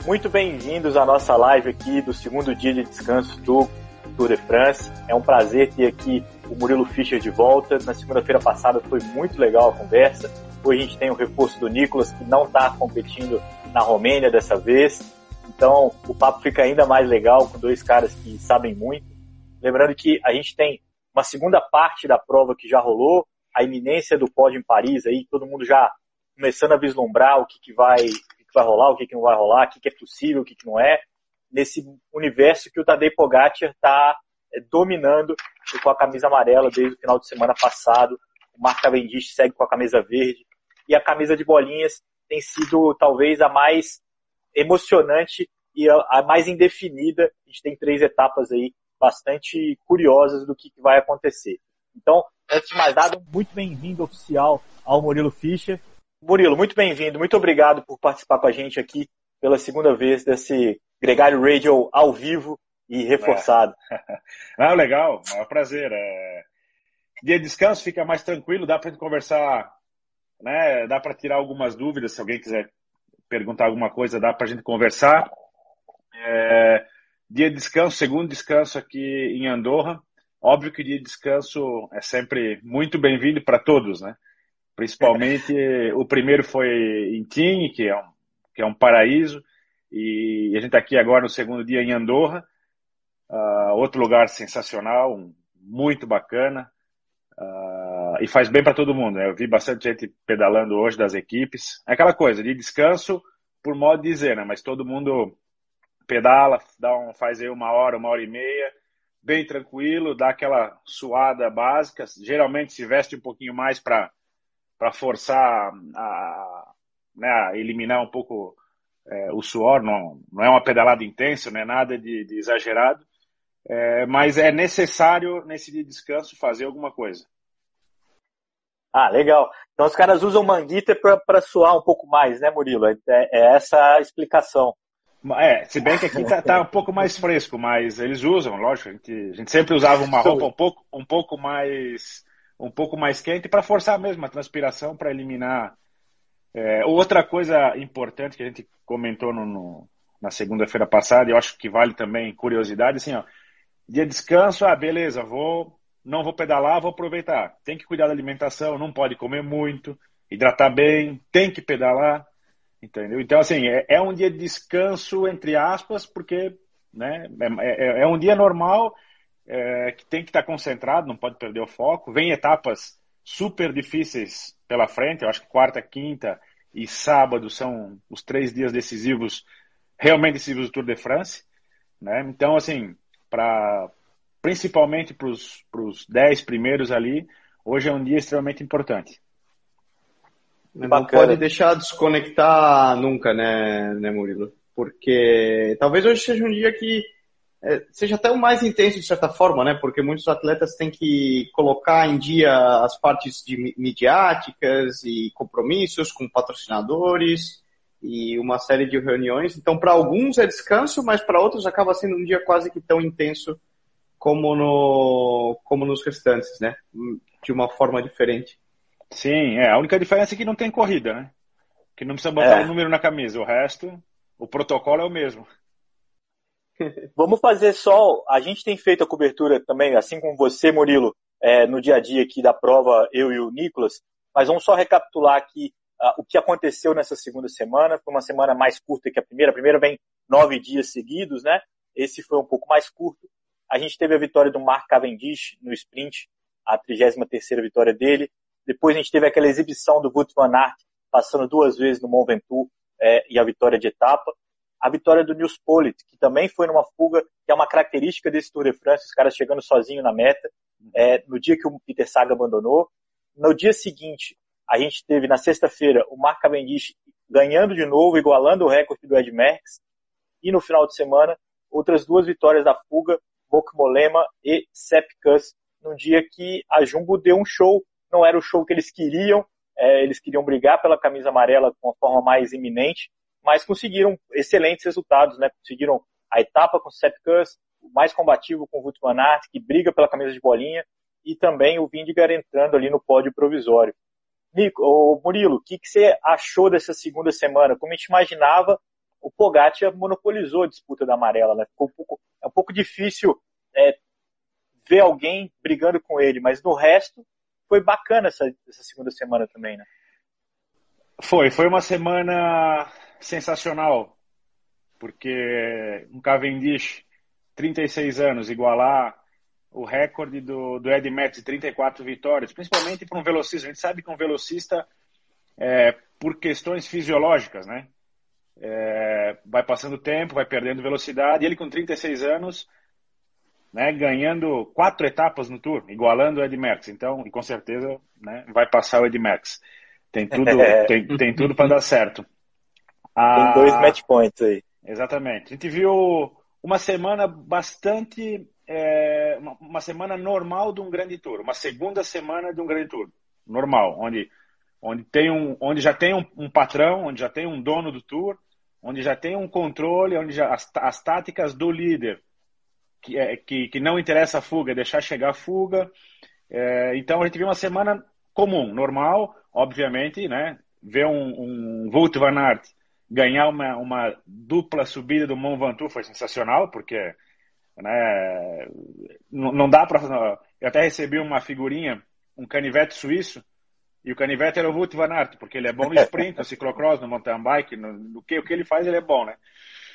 Muito bem-vindos à nossa live aqui do segundo dia de descanso do Tour de France. É um prazer ter aqui o Murilo Fischer de volta. Na segunda-feira passada foi muito legal a conversa. Hoje a gente tem o reforço do Nicolas, que não está competindo na Romênia dessa vez. Então o papo fica ainda mais legal com dois caras que sabem muito. Lembrando que a gente tem uma segunda parte da prova que já rolou, a iminência do pódio em Paris, aí todo mundo já começando a vislumbrar o que vai rolar, o que não vai rolar, o que é possível, o que não é, nesse universo que o Tadej Pogačar está dominando com a camisa amarela desde o final de semana passado. O Mark Cavendish segue com a camisa verde, e a camisa de bolinhas tem sido talvez a mais emocionante e a mais indefinida. A gente tem 3 etapas aí bastante curiosas do que vai acontecer. Então, antes de mais nada, muito bem-vindo oficial ao Murilo Fischer. Murilo, muito bem-vindo, muito obrigado por participar com a gente aqui pela segunda vez desse Gregário Radio ao vivo e reforçado. Legal, é um prazer. Dia de descanso, fica mais tranquilo, dá para gente conversar, né? Dá para tirar algumas dúvidas, se alguém quiser perguntar alguma coisa, dá para a gente conversar. Dia de descanso, segundo descanso aqui em Andorra. Óbvio que o dia de descanso é sempre muito bem-vindo para todos, né? Principalmente o primeiro foi em Tignes, que é um paraíso, e a gente está aqui agora no segundo dia em Andorra, outro lugar sensacional, muito bacana, e faz bem para todo mundo, né? Eu vi bastante gente pedalando hoje das equipes. É aquela coisa de descanso, por modo de dizer, né? Mas todo mundo pedala, faz aí 1 hora e meia, bem tranquilo, dá aquela suada básica, geralmente se veste um pouquinho mais para forçar a eliminar um pouco o suor. Não é uma pedalada intensa, não é nada de exagerado, mas é necessário nesse dia de descanso fazer alguma coisa. Legal. Então os caras usam manguita para suar um pouco mais, né, Murilo? É essa a explicação. Se bem que aqui tá um pouco mais fresco, mas eles usam, lógico, a gente sempre usava uma roupa um pouco mais quente para forçar mesmo a transpiração, para eliminar. Outra coisa importante que a gente comentou na segunda-feira passada, e eu acho que vale também curiosidade, assim, dia de descanso, beleza, não vou pedalar, vou aproveitar. Tem que cuidar da alimentação, não pode comer muito, hidratar bem, tem que pedalar, entendeu? Então, assim, é um dia de descanso, entre aspas, porque, né, é um dia normal, que tem que estar concentrado, não pode perder o foco. Vem etapas super difíceis pela frente. Eu acho que quarta, quinta e sábado são os 3 dias decisivos, realmente decisivos do Tour de France, né? Então, assim, principalmente para os 10 primeiros ali, hoje é um dia extremamente importante. Não pode deixar de desconectar nunca, né, Murilo? Porque talvez hoje seja um dia que seja até o mais intenso de certa forma, né? Porque muitos atletas têm que colocar em dia as partes midiáticas e compromissos com patrocinadores e uma série de reuniões. Então, para alguns é descanso, mas para outros acaba sendo um dia quase que tão intenso como nos restantes, né? De uma forma diferente. Sim, a única diferença é que não tem corrida, né? Que não precisa botar o número na camisa. O resto, o protocolo é o mesmo. Vamos fazer a gente tem feito a cobertura também, assim como você, Murilo, no dia a dia aqui da prova, eu e o Nicolas, mas vamos só recapitular aqui o que aconteceu nessa segunda semana. Foi uma semana mais curta que a primeira. A primeira vem 9 dias seguidos, né? Esse foi um pouco mais curto. A gente teve a vitória do Mark Cavendish no sprint, a 33ª vitória dele. Depois a gente teve aquela exibição do Wout van Aert, passando 2 vezes no Mont Ventoux, e a vitória de etapa. A vitória do Nils Politt, que também foi numa fuga, que é uma característica desse Tour de France, os caras chegando sozinho na meta, no dia que o Peter Sagan abandonou. No dia seguinte, a gente teve, na sexta-feira, o Mark Cavendish ganhando de novo, igualando o recorde do Ed Merckx. E no final de semana, outras 2 vitórias da fuga, Bauke Mollema e Sepp Kuss, num dia que a Jumbo deu um show. Não era o show que eles queriam brigar pela camisa amarela de uma forma mais iminente, mas conseguiram excelentes resultados, né? Conseguiram a etapa com o Sepp Kuss, o mais combativo com o Wout van Aert, que briga pela camisa de bolinha, e também o Vingegaard entrando ali no pódio provisório. Murilo, o que você achou dessa segunda semana? Como a gente imaginava, o Pogacar monopolizou a disputa da amarela, né? É um pouco difícil ver alguém brigando com ele, mas no resto foi bacana essa segunda semana também, né? Foi uma semana sensacional, porque um Cavendish, 36 anos, igualar o recorde do Ed Merckx de 34 vitórias, principalmente para um velocista. A gente sabe que um velocista, por questões fisiológicas, né? Vai passando o tempo, vai perdendo velocidade, e ele com 36 anos, né, ganhando 4 etapas no Tour, igualando o Ed Merckx. Então, e com certeza, né, vai passar o Ed Merckx. Tem tudo para dar certo. Tem 2 match points aí. Exatamente. A gente viu uma semana bastante... uma semana normal de um grande Tour. Uma segunda semana de um grande Tour. Normal, onde já tem um patrão, onde já tem um dono do Tour, onde já tem um controle, onde já as táticas do líder, que não interessa a fuga, deixar chegar a fuga. Então a gente viu uma semana comum, normal, obviamente, né? Ver um Wout van Aert ganhar uma dupla subida do Mont Ventoux foi sensacional, porque, né, não dá para... Eu até recebi uma figurinha, um canivete suíço, e o canivete era o Wout van Aert, porque ele é bom no sprint, no ciclocross, no mountain bike, o que ele faz ele é bom, né?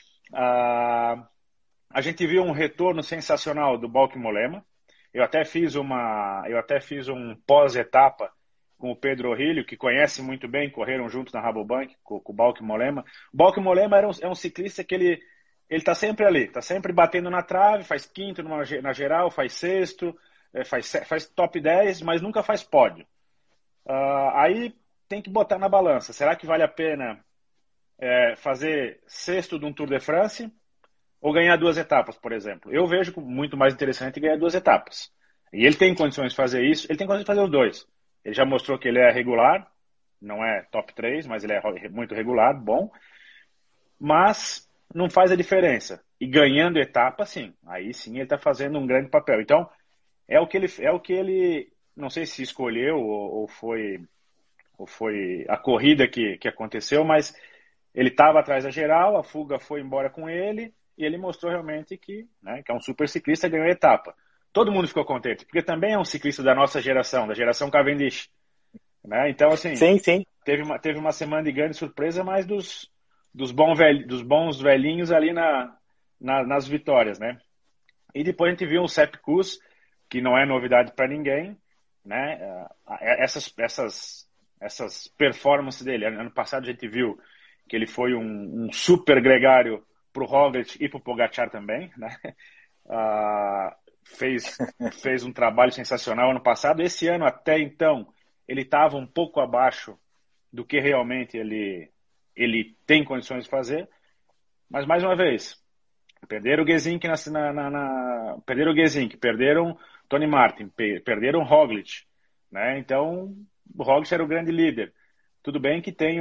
A gente viu um retorno sensacional do Bauke Mollema. Eu até fiz um pós-etapa com o Pedro Orilho, que conhece muito bem, correram juntos na Rabobank com o Bauke Mollema. O Bauke Mollema é um ciclista que ele está sempre ali, está sempre batendo na trave, faz quinto na geral, faz sexto, faz top 10, mas nunca faz pódio. Aí tem que botar na balança. Será que vale a pena fazer sexto de um Tour de France ou ganhar 2 etapas, por exemplo? Eu vejo muito mais interessante ganhar 2 etapas. E ele tem condições de fazer isso, ele tem condições de fazer os 2. Ele já mostrou que ele é regular, não é top 3, mas ele é muito regular, bom. Mas não faz a diferença. E ganhando etapa, sim. Aí sim ele está fazendo um grande papel. Então, é o que ele não sei se escolheu ou foi a corrida que aconteceu, mas ele estava atrás da geral, a fuga foi embora com ele, e ele mostrou realmente que é um super ciclista, ganhou a etapa. Todo mundo ficou contente, porque também é um ciclista da nossa geração, da geração Cavendish. Né? Então, assim, sim. Teve uma semana de grande surpresa, mas dos bons velhinhos ali nas vitórias. Né? E depois a gente viu o Sepp Kuss, que não é novidade para ninguém, né? Essas performances dele. Ano passado a gente viu que ele foi um super gregário para o Roglic e para o Pogacar também, né? Fez um trabalho sensacional ano passado. Esse ano, até então, ele estava um pouco abaixo do que realmente ele tem condições de fazer. Mas, mais uma vez, perderam o Gesink, perderam o Gesink, perderam Tony Martin, perderam o Roglic, né? Então, o Roglic era o grande líder. Tudo bem que tem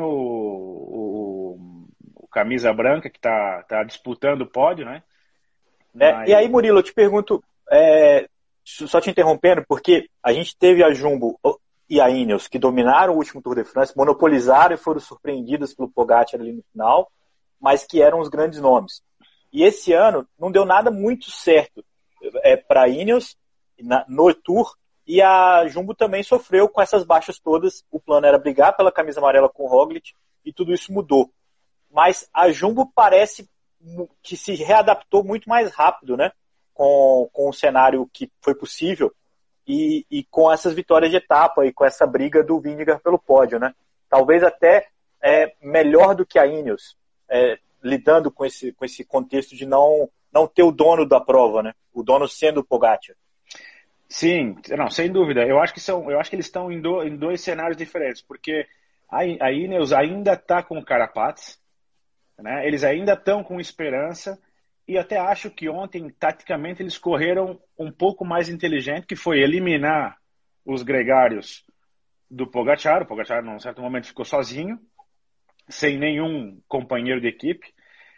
o camisa branca que está disputando o pódio, né? E aí, Murilo, eu te pergunto, só te interrompendo, porque a gente teve a Jumbo e a Ineos que dominaram o último Tour de France, monopolizaram e foram surpreendidas pelo Pogacar ali no final, mas que eram os grandes nomes. E esse ano não deu nada muito certo para a Ineos no Tour, e a Jumbo também sofreu com essas baixas todas. O plano era brigar pela camisa amarela com o Roglic, e tudo isso mudou. Mas a Jumbo parece que se readaptou muito mais rápido, né? Com o cenário que foi possível e com essas vitórias de etapa e com essa briga do Vingegaard pelo pódio, né? Talvez até melhor do que a Ineos, lidando com esse contexto de não ter o dono da prova, né? O dono sendo o Pogacar. Sim, não, sem dúvida. Eu acho que eles estão em 2 cenários diferentes, porque a Ineos ainda está com o Carapaz, né? Eles ainda estão com esperança, e até acho que ontem, taticamente, eles correram um pouco mais inteligente, que foi eliminar os gregários do Pogacar. O Pogacar, num certo momento, ficou sozinho, sem nenhum companheiro de equipe,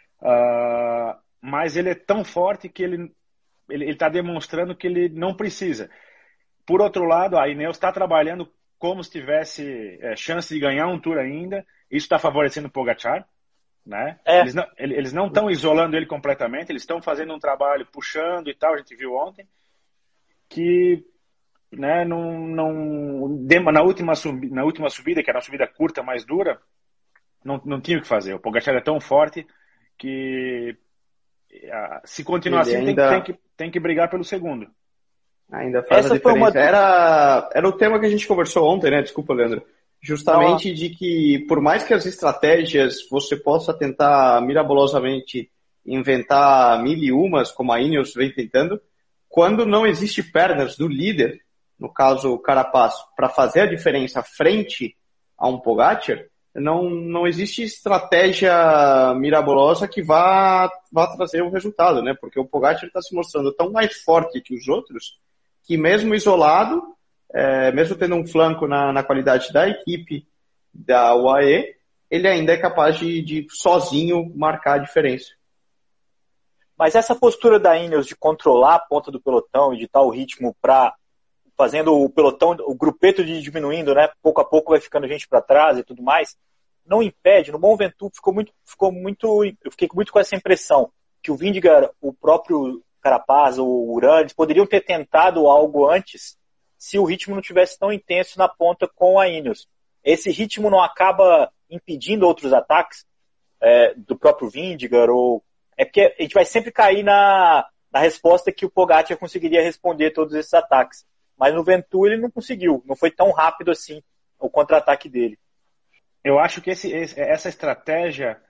mas ele é tão forte que ele está demonstrando que ele não precisa. Por outro lado, a Ineos está trabalhando como se tivesse chance de ganhar um Tour ainda. Isso está favorecendo o Pogacar, né? Eles não estão isolando ele completamente, eles estão fazendo um trabalho puxando e tal, a gente viu ontem, que, né, na última subida, que era uma subida curta, mais dura, não tinha o que fazer. O Pogačar é tão forte que, se continuar assim, tem que brigar pelo segundo. Ainda faz a diferença. Era o tema que a gente conversou ontem, né? Desculpa, Leandro. Justamente de que, por mais que as estratégias você possa tentar mirabolosamente inventar mil e umas, como a Ineos vem tentando, quando não existe pernas do líder, no caso o Carapaz, para fazer a diferença frente a um Pogačar, não existe estratégia mirabolosa que vá trazer o resultado, né? Porque o Pogačar está se mostrando tão mais forte que os outros, que mesmo isolado, mesmo tendo um flanco na qualidade da equipe da UAE, ele ainda é capaz de sozinho marcar a diferença. Mas essa postura da Ineos de controlar a ponta do pelotão e de dar o ritmo fazendo o pelotão, o grupeto de diminuindo, né? Pouco a pouco vai ficando gente para trás e tudo mais, não impede. No Mont Ventoux eu fiquei muito com essa impressão que o Vingegaard, o próprio Carapaz, o Uran, eles poderiam ter tentado algo antes se o ritmo não tivesse tão intenso na ponta com a Ineos. Esse ritmo não acaba impedindo outros ataques do próprio Vingegaard? É porque a gente vai sempre cair na resposta que o Pogačar conseguiria responder todos esses ataques. Mas no Ventoux ele não conseguiu. Não foi tão rápido assim o contra-ataque dele. Eu acho que essa estratégia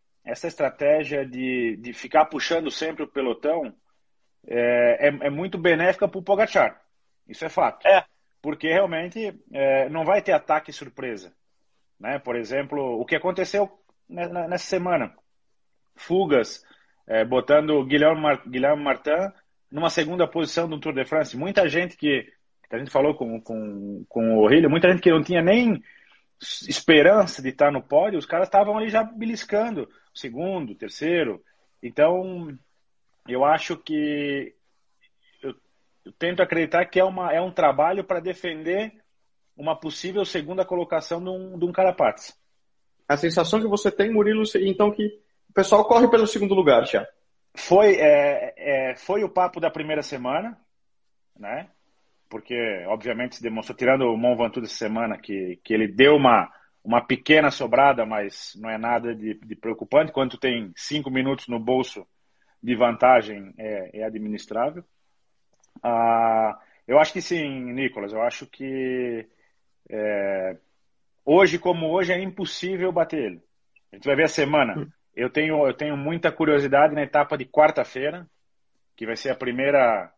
de ficar puxando sempre o pelotão é muito benéfica para o Pogačar. Isso é fato. Porque realmente não vai ter ataque surpresa, né? Por exemplo, o que aconteceu nessa semana. Fugas, botando o Guilherme Martin numa segunda posição do Tour de France. Muita gente que a gente falou com o O'Reilly, muita gente que não tinha nem esperança de estar no pódio, os caras estavam ali já beliscando o segundo, terceiro. Então, eu acho que eu tento acreditar que é um trabalho para defender uma possível segunda colocação de um Carapaz. A sensação que você tem, Murilo, então, que o pessoal corre pelo segundo lugar já. Foi o papo da primeira semana, né? Porque, obviamente, se demonstrou, tirando o Mont Ventoux dessa semana, que ele deu uma pequena sobrada, mas não é nada de preocupante. Quando tem 5 minutos no bolso de vantagem, é administrável. Eu acho que sim, Nicolas. Eu acho que hoje como hoje é impossível bater ele. A gente vai ver a semana. Eu tenho muita curiosidade na etapa de quarta-feira, que vai ser a primeira...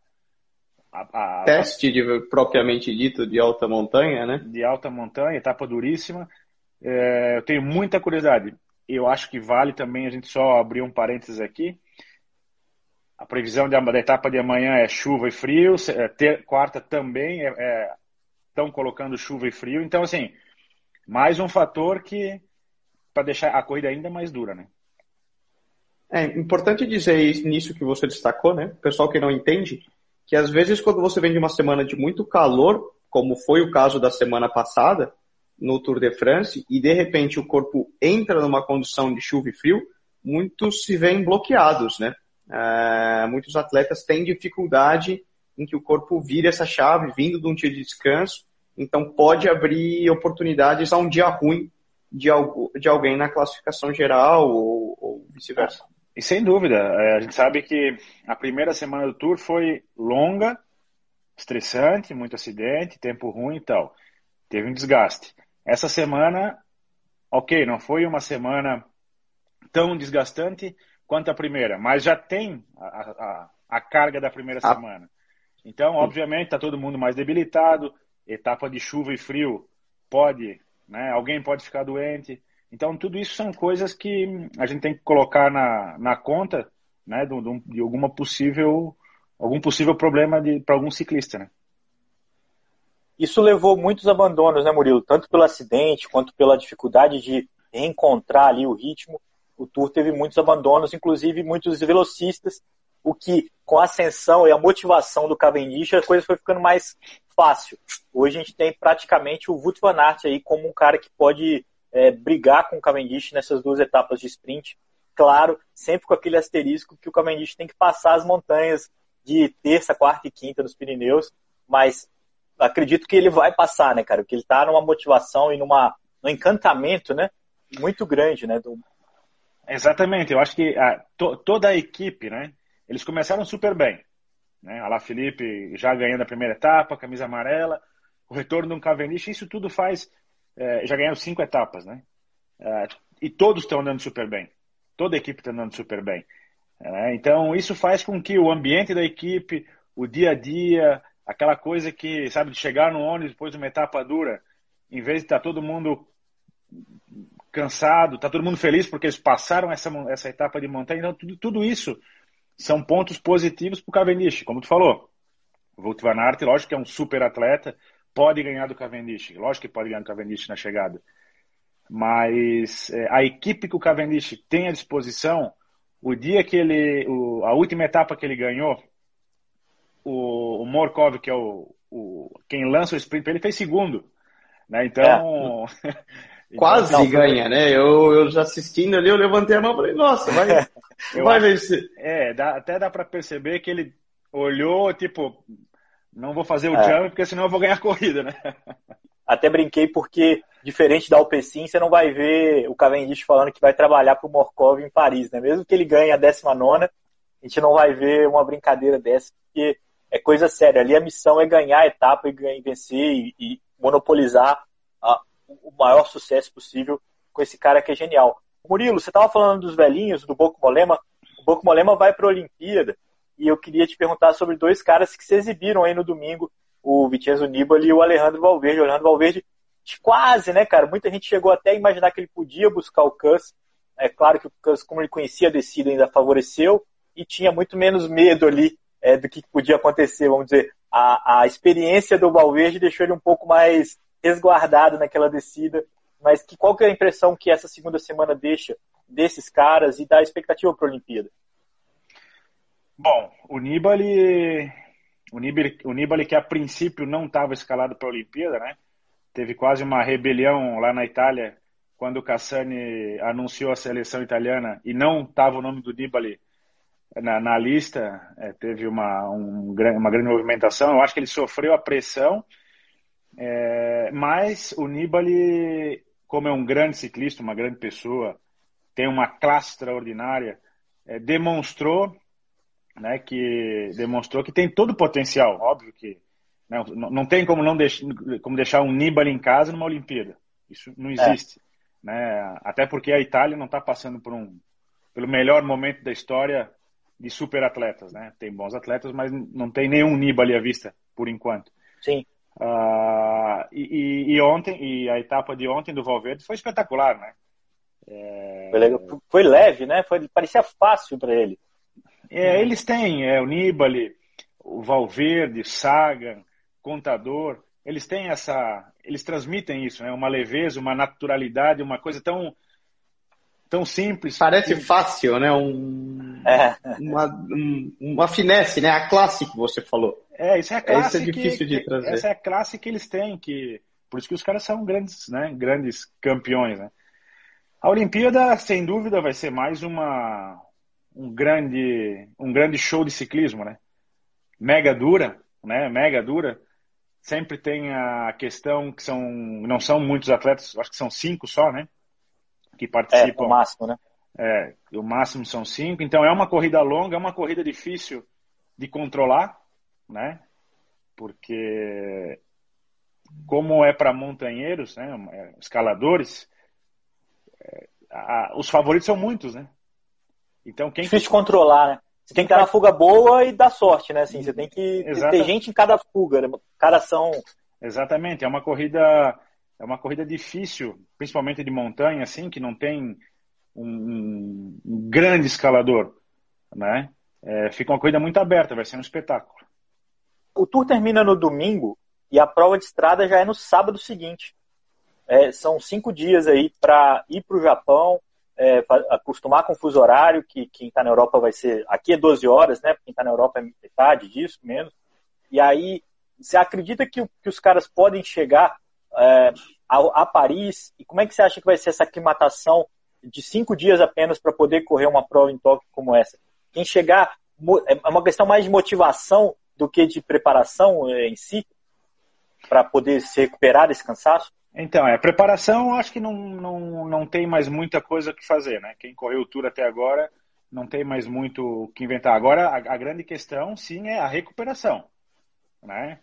Teste propriamente dito de alta montanha, né? De alta montanha, etapa duríssima. Eu tenho muita curiosidade. Eu acho que vale também a gente só abrir um parênteses aqui. A previsão da etapa de amanhã é chuva e frio. Quarta também estão colocando chuva e frio. Então, assim, mais um fator para deixar a corrida ainda mais dura, né? É importante dizer nisso que você destacou, né? O pessoal que não entende, que às vezes quando você vem de uma semana de muito calor, como foi o caso da semana passada, no Tour de France, e de repente o corpo entra numa condição de chuva e frio, muitos se veem bloqueados, né? Muitos atletas têm dificuldade em que o corpo vire essa chave, vindo de um dia de descanso, então pode abrir oportunidades a um dia ruim de alguém na classificação geral ou vice-versa. E sem dúvida, a gente sabe que a primeira semana do Tour foi longa, estressante, muito acidente, tempo ruim e tal. Teve um desgaste. Essa semana, ok, não foi uma semana tão desgastante quanto a primeira, mas já tem a carga da primeira semana. Então, obviamente, está todo mundo mais debilitado, etapa de chuva e frio pode, né, alguém pode ficar doente. Então, tudo isso são coisas que a gente tem que colocar na conta, né, de algum possível problema para algum ciclista, né? Isso levou muitos abandonos, né, Murilo? Tanto pelo acidente, quanto pela dificuldade de reencontrar ali o ritmo. O Tour teve muitos abandonos, inclusive muitos velocistas, o que, com a ascensão e a motivação do Cavendish, a coisa foi ficando mais fácil. Hoje a gente tem praticamente o Wout van Aert aí como um cara que pode brigar com o Cavendish nessas 2 etapas de sprint. Claro, sempre com aquele asterisco que o Cavendish tem que passar as montanhas de terça, quarta e quinta nos Pirineus, mas acredito que ele vai passar, né, cara? Porque ele tá numa motivação e num encantamento, né, muito grande, né? Exatamente, eu acho que toda a equipe, né, eles começaram super bem, né? Alaphilippe já ganhando a primeira etapa, camisa amarela, o retorno de um Cavendish, isso tudo faz, já ganharam 5 etapas, né? E todos estão andando super bem. Toda a equipe está andando super bem. Então, isso faz com que o ambiente da equipe, o dia a dia, aquela coisa que, sabe, de chegar no ônibus depois de uma etapa dura, em vez de estar todo mundo cansado, está todo mundo feliz porque eles passaram essa etapa de montanha. Então, tudo isso são pontos positivos para o Cavendish, como tu falou. O Wout van Aert, lógico que é um super atleta, pode ganhar do Cavendish. Lógico que pode ganhar do Cavendish na chegada. Mas a equipe que o Cavendish tem à disposição, o dia que a última etapa que ele ganhou, o Morkov, que é quem lança o sprint, ele fez segundo, né? Então, quase ganha, né? Eu já assistindo ali, eu levantei a mão e falei, nossa, vai vencer. Até dá para perceber que ele olhou, tipo, não vou fazer o jump porque senão eu vou ganhar a corrida, né? Até brinquei porque, diferente da Alpecin, você não vai ver o Cavendish falando que vai trabalhar para o Morkov em Paris, né? Mesmo que ele ganhe a 19ª, a gente não vai ver uma brincadeira dessa, porque é coisa séria. Ali a missão é ganhar a etapa e vencer e monopolizar o maior sucesso possível com esse cara que é genial. Murilo, você estava falando dos velhinhos, do Bauke Mollema. O Bauke Mollema vai para a Olimpíada e eu queria te perguntar sobre 2 caras que se exibiram aí no domingo, o Vincenzo Nibali e o Alejandro Valverde. O Alejandro Valverde quase, né, cara? Muita gente chegou até a imaginar que ele podia buscar o Kuss. É claro que o Kuss, como ele conhecia a descida, ainda favoreceu e tinha muito menos medo ali do que podia acontecer, vamos dizer. A experiência do Valverde deixou ele um pouco mais resguardado naquela descida. Mas qual que é a impressão que essa segunda semana deixa desses caras e da expectativa para a Olimpíada? Bom, o Nibali que a princípio não estava escalado para a Olimpíada, né? Teve quase uma rebelião lá na Itália quando o Cassani anunciou a seleção italiana e não estava o nome do Nibali na lista. Teve uma grande movimentação. Eu acho que ele sofreu a pressão, mas o Nibali, como é um grande ciclista, uma grande pessoa, tem uma classe extraordinária, demonstrou que tem todo o potencial. Óbvio que não tem como deixar um Nibali em casa numa Olimpíada. Isso não existe. Né? Até porque a Itália não está passando pelo melhor momento da história de super atletas. Né? Tem bons atletas, mas não tem nenhum Nibali à vista, por enquanto. Sim. E a etapa de ontem do Valverde foi espetacular, né? Foi leve, né? Parecia fácil para ele. Eles têm o Nibali, o Valverde, Sagan, Contador, eles transmitem isso, né? Uma leveza, uma naturalidade, uma coisa tão simples. Parece fácil, né? Uma finesse, né? A classe que você falou. Isso é a classe. Isso é difícil de trazer. Essa é a classe que eles têm, por isso que os caras são grandes, né? Grandes campeões, né? A Olimpíada, sem dúvida, vai ser mais um grande show de ciclismo, né? Mega dura, né? Mega dura. Sempre tem a questão que não são muitos atletas, acho que são 5 só, né? Que participam. O máximo, né? O máximo são 5. Então é uma corrida longa, é uma corrida difícil de controlar, né? Porque como é para montanheiros, né? Escaladores, os favoritos são muitos, né? Então difícil de controlar, né? Você tem que estar na fuga boa e dar sorte, né? Assim, você tem que ter gente em cada fuga, né? Cada ação. Exatamente, é uma corrida difícil, principalmente de montanha, assim, que não tem um grande escalador, né? Fica uma corrida muito aberta, vai ser um espetáculo. O Tour termina no domingo e a prova de estrada já é no sábado seguinte. São 5 dias aí para ir para o Japão, acostumar com o fuso horário, que quem está na Europa vai ser... Aqui é 12 horas, né? Quem está na Europa é metade disso, menos. E aí, você acredita que os caras podem chegar a Paris, e como é que você acha que vai ser essa aclimatação de 5 dias apenas para poder correr uma prova em Tóquio como essa? Quem chegar, é uma questão mais de motivação do que de preparação em si, para poder se recuperar desse cansaço? Então, preparação, acho que não tem mais muita coisa que fazer, né? Quem correu o Tour até agora não tem mais muito o que inventar. Agora, a grande questão, sim, é a recuperação, né?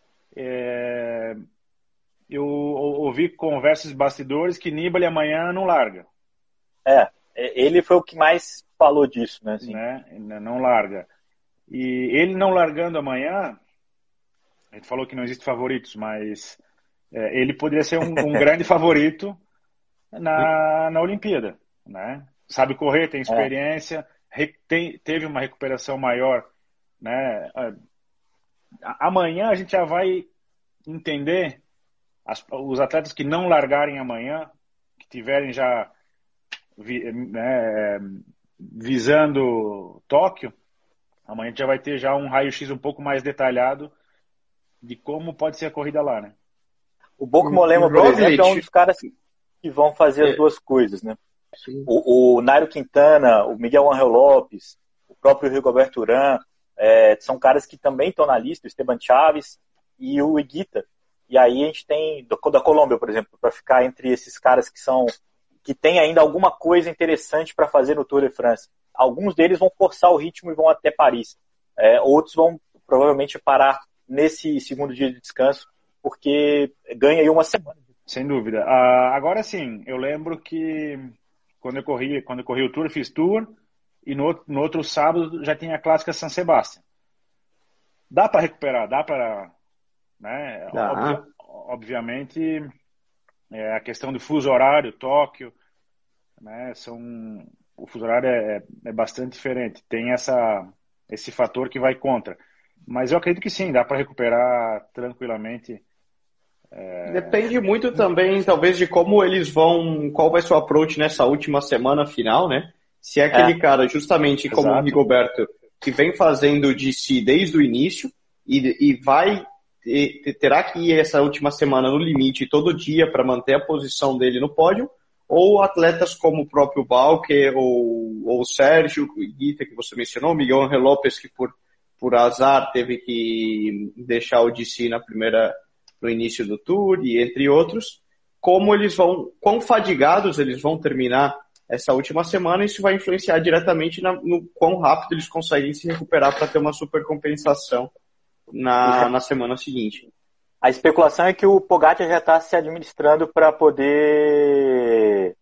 Eu ouvi conversas bastidores que Nibali amanhã não larga. Ele foi o que mais falou disso, né? Assim. Né? Não larga. E ele não largando amanhã, a gente falou que não existe favoritos, mas ele poderia ser um grande favorito na Olimpíada, né? Sabe correr, tem experiência, teve uma recuperação maior, né? Amanhã a gente já vai entender os atletas que não largarem amanhã, que tiverem já visando Tóquio, amanhã a gente já vai ter já um raio-x um pouco mais detalhado de como pode ser a corrida lá, né? O Bocco Molema, por exemplo, é um dos caras que vão fazer as duas coisas, né? O Nairo Quintana, o Miguel Ángel Lopes, o próprio Rigoberto Urán, são caras que também estão na lista, o Esteban Chaves e o Higuita. E aí a gente tem, da Colômbia, por exemplo, para ficar entre esses caras que tem ainda alguma coisa interessante para fazer no Tour de France. Alguns deles vão forçar o ritmo e vão até Paris. Outros vão provavelmente parar nesse segundo dia de descanso, porque ganha aí uma semana. Sem dúvida. Agora sim, eu lembro que quando eu corri o Tour, fiz Tour, e no outro sábado já tinha a clássica San Sebastián. Dá para recuperar, dá para... Né? Obviamente, a questão do fuso horário, Tóquio, né? O fuso horário é bastante diferente. Tem esse fator que vai contra. Mas eu acredito que sim, dá para recuperar tranquilamente. Depende muito também, talvez, de como eles vão, qual vai ser o approach nessa última semana final, né? Se é aquele cara, justamente como o Rigoberto, que vem fazendo de si desde o início e terá que ir essa última semana no limite todo dia para manter a posição dele no pódio, ou atletas como o próprio Bauke, ou o Sérgio Higuita, que você mencionou, o Miguel Ángel Lopes, que por azar teve que deixar o DC no início do Tour, e entre outros, quão fadigados eles vão terminar essa última semana, isso vai influenciar diretamente no quão rápido eles conseguem se recuperar para ter uma super compensação na semana seguinte. A especulação é que o Pogacar já está se administrando para poder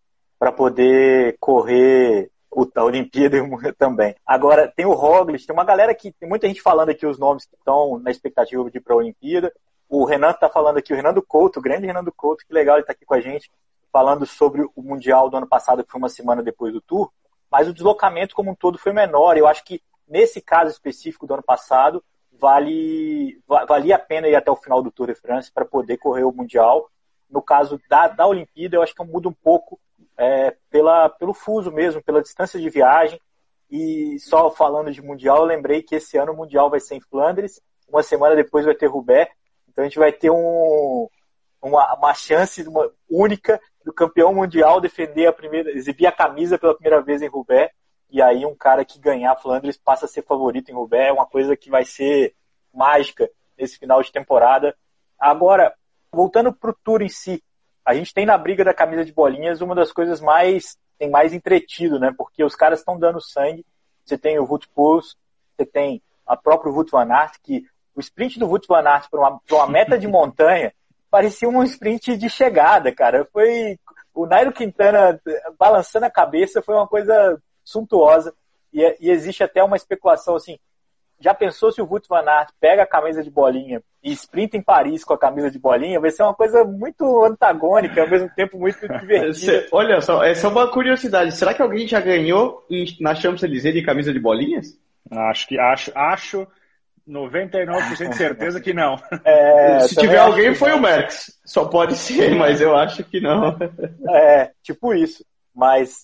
correr a Olimpíada também. Agora, tem o Roglic, tem uma galera tem muita gente falando aqui os nomes que estão na expectativa de ir para a Olimpíada. O Renan está falando aqui, o Renan Couto, o grande Renan Couto, que legal ele está aqui com a gente, falando sobre o Mundial do ano passado, que foi uma semana depois do Tour, mas o deslocamento como um todo foi menor. Eu acho que, nesse caso específico do ano passado, valia a pena ir até o final do Tour de France para poder correr o Mundial. No caso da Olimpíada, eu acho que muda um pouco pelo fuso mesmo, pela distância de viagem. E só falando de Mundial, eu lembrei que esse ano o Mundial vai ser em Flandres, uma semana depois vai ter Roubaix, então a gente vai ter uma chance única do campeão mundial exibir a camisa pela primeira vez em Roubaix, e aí um cara que ganhar Flandres passa a ser favorito em Roubaix. É uma coisa que vai ser mágica nesse final de temporada. Agora, voltando para o Tour em si, a gente tem na briga da camisa de bolinhas uma das coisas tem mais entretido, né? Porque os caras estão dando sangue. Você tem o Wout Poels, você tem a própria Wout van Aert, que o sprint do Wout van Aert para uma meta de montanha parecia um sprint de chegada, cara. Foi o Nairo Quintana balançando a cabeça, foi uma coisa suntuosa. E existe até uma especulação assim, já pensou se o Wout van Aert pega a camisa de bolinha e sprinta em Paris com a camisa de bolinha? Vai ser uma coisa muito antagônica, ao mesmo tempo muito divertida. Olha só, essa é uma curiosidade. Será que alguém já ganhou na Champs-Élysées de camisa de bolinhas? Acho 99% de certeza que não. Se tiver alguém, foi o Merckx. Só pode ser, mas eu acho que não. Tipo isso. Mas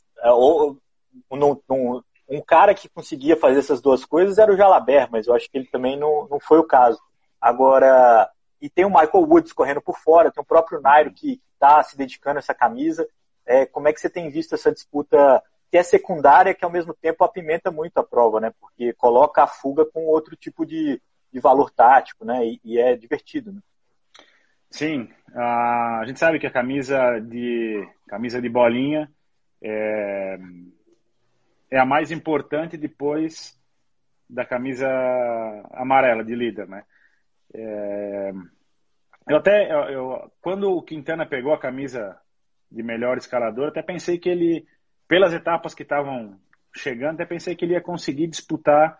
um cara que conseguia fazer essas duas coisas era o Jalabert, mas eu acho que ele também não foi o caso. Agora, e tem o Michael Woods correndo por fora, tem o próprio Nairo que está se dedicando a essa camisa. Como é que você tem visto essa disputa que é secundária, que ao mesmo tempo apimenta muito a prova, né? Porque coloca a fuga com outro tipo de valor tático, né? E é divertido, né? Sim, a gente sabe que a camisa de bolinha é a mais importante depois da camisa amarela de líder, né? Quando o Quintana pegou a camisa de melhor escalador, até pensei que ele, pelas etapas que estavam chegando, até pensei que ele ia conseguir disputar,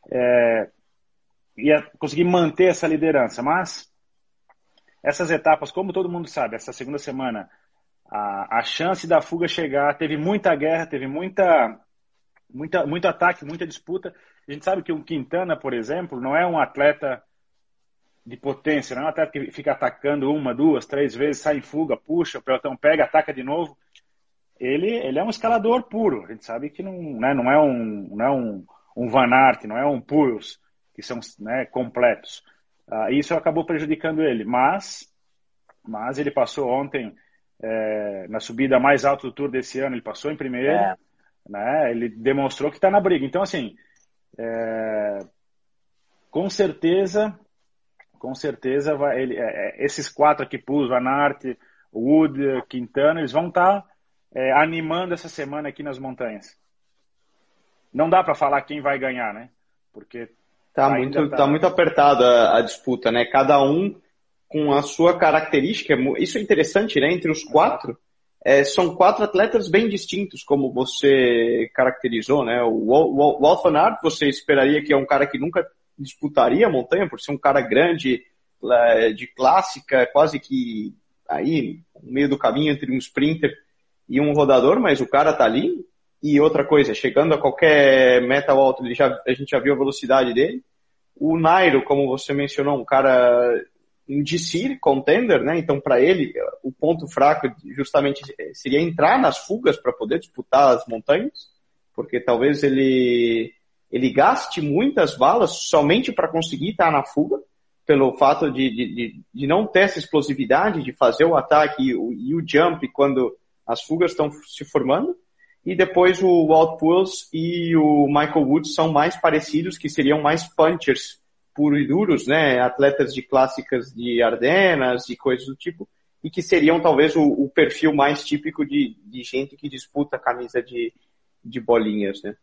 ia conseguir manter essa liderança, mas essas etapas, como todo mundo sabe, essa segunda semana, a chance da fuga chegar, teve muita guerra, teve muito ataque, muita disputa. A gente sabe que o Quintana, por exemplo, não é um atleta de potência, não é um atleta que fica atacando 1, 2, 3 vezes, sai em fuga, puxa, o pelotão pega, ataca de novo. Ele é um escalador puro. A gente sabe que não é um Van Aert, não é um Puels, que são, né, completos. Isso acabou prejudicando ele, mas ele passou ontem na subida mais alta do Tour desse ano, ele passou em primeiro, né? Ele demonstrou que está na briga. Então, assim, com certeza esses 4 aqui, Puels, Van Aert, Wood, Quintana, eles vão estar animando essa semana aqui nas montanhas. Não dá para falar quem vai ganhar, né? Porque tá muito apertada a disputa, né? Cada um com a sua característica. Isso é interessante, né? Entre os 4, são 4 atletas bem distintos, como você caracterizou, né? O Wout van Aert, você esperaria que é um cara que nunca disputaria a montanha, por ser um cara grande, de clássica, quase que aí, no meio do caminho entre um sprinter e um rodador, mas o cara tá ali. E outra coisa, chegando a qualquer meta alto, a gente já viu a velocidade dele. O Nairo, como você mencionou, um cara um GC contender, né? Então, para ele, o ponto fraco justamente seria entrar nas fugas para poder disputar as montanhas, porque talvez ele gaste muitas balas somente para conseguir estar na fuga, pelo fato de não ter essa explosividade, de fazer o ataque e o jump quando as fugas estão se formando. E depois o Wout Poels e o Michael Woods são mais parecidos, que seriam mais punchers puros e duros, né? Atletas de clássicas de Ardenas e coisas do tipo, e que seriam talvez o perfil mais típico de gente que disputa a camisa de bolinhas, né?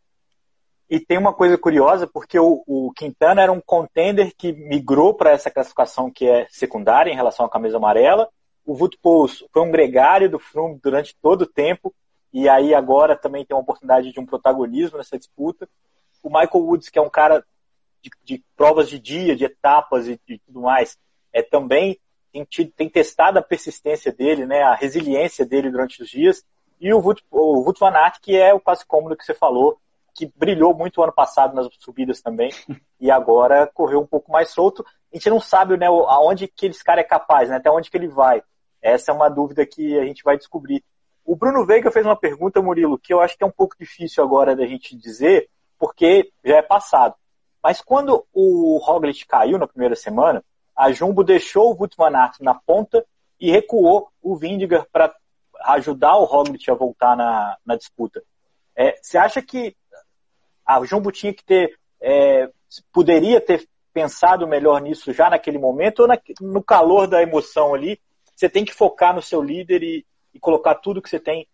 E tem uma coisa curiosa, porque o Quintana era um contender que migrou para essa classificação que é secundária em relação à camisa amarela. O Wout Poels foi um gregário do Froome durante todo o tempo, e aí agora também tem uma oportunidade de um protagonismo nessa disputa. O Michael Woods, que é um cara de provas de dia, de etapas e tudo mais, também tem testado a persistência dele, né, a resiliência dele durante os dias. E o Wout van Aert, que é o quase cômodo que você falou, que brilhou muito ano passado nas subidas também, e agora correu um pouco mais solto. A gente não sabe, né, aonde que esse cara é capaz, né, até onde que ele vai. Essa é uma dúvida que a gente vai descobrir. O Bruno Veiga fez uma pergunta, Murilo, que eu acho que é um pouco difícil agora da gente dizer, porque já é passado. Mas quando o Roglic caiu na primeira semana, a Jumbo deixou o Wout van Aert na ponta e recuou o Vingegaard para ajudar o Roglic a voltar na disputa. Você acha que a Jumbo tinha que poderia ter pensado melhor nisso já naquele momento, ou no calor da emoção ali, você tem que focar no seu líder e colocar tudo que você tem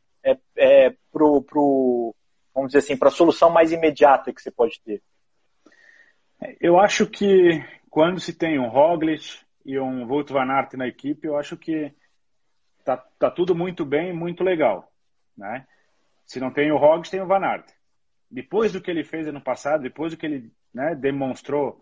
vamos dizer assim, para a solução mais imediata que você pode ter? Eu acho que quando se tem um Roglic e um Wout van Aert na equipe, eu acho que tá tudo muito bem, muito legal, né? Se não tem o Roglic, tem o Van Aert. Depois do que ele fez ano passado, depois do que ele, né, demonstrou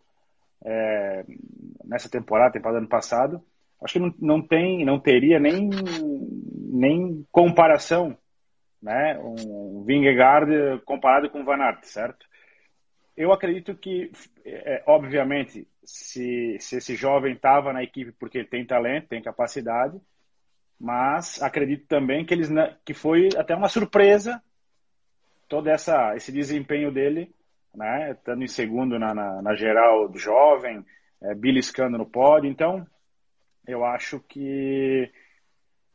nessa temporada do ano passado, acho que não teria nem comparação, né? Um Vingegaard comparado com o Van Aert, certo? Eu acredito que, obviamente, se esse jovem estava na equipe porque ele tem talento, tem capacidade, mas acredito também que foi até uma surpresa todo esse desempenho dele, né? Estando em segundo na geral do jovem, beliscando no pódio. Então, eu acho que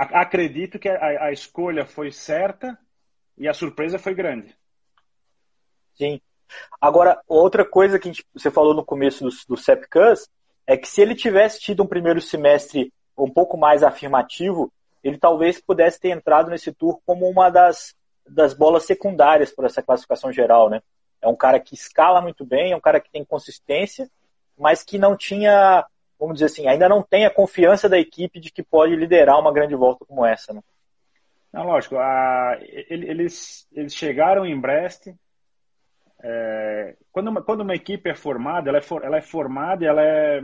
acredito que a escolha foi certa e a surpresa foi grande. Sim. Agora, outra coisa que você falou no começo do Sepp Kuss é que se ele tivesse tido um primeiro semestre um pouco mais afirmativo, ele talvez pudesse ter entrado nesse Tour como uma das bolas secundárias para essa classificação geral, né? É um cara que escala muito bem, é um cara que tem consistência, mas que não tinha, vamos dizer assim, ainda não tem a confiança da equipe de que pode liderar uma grande volta como essa, né? Não, lógico, eles chegaram em Brest. Quando uma equipe é formada, ela é formada, ela é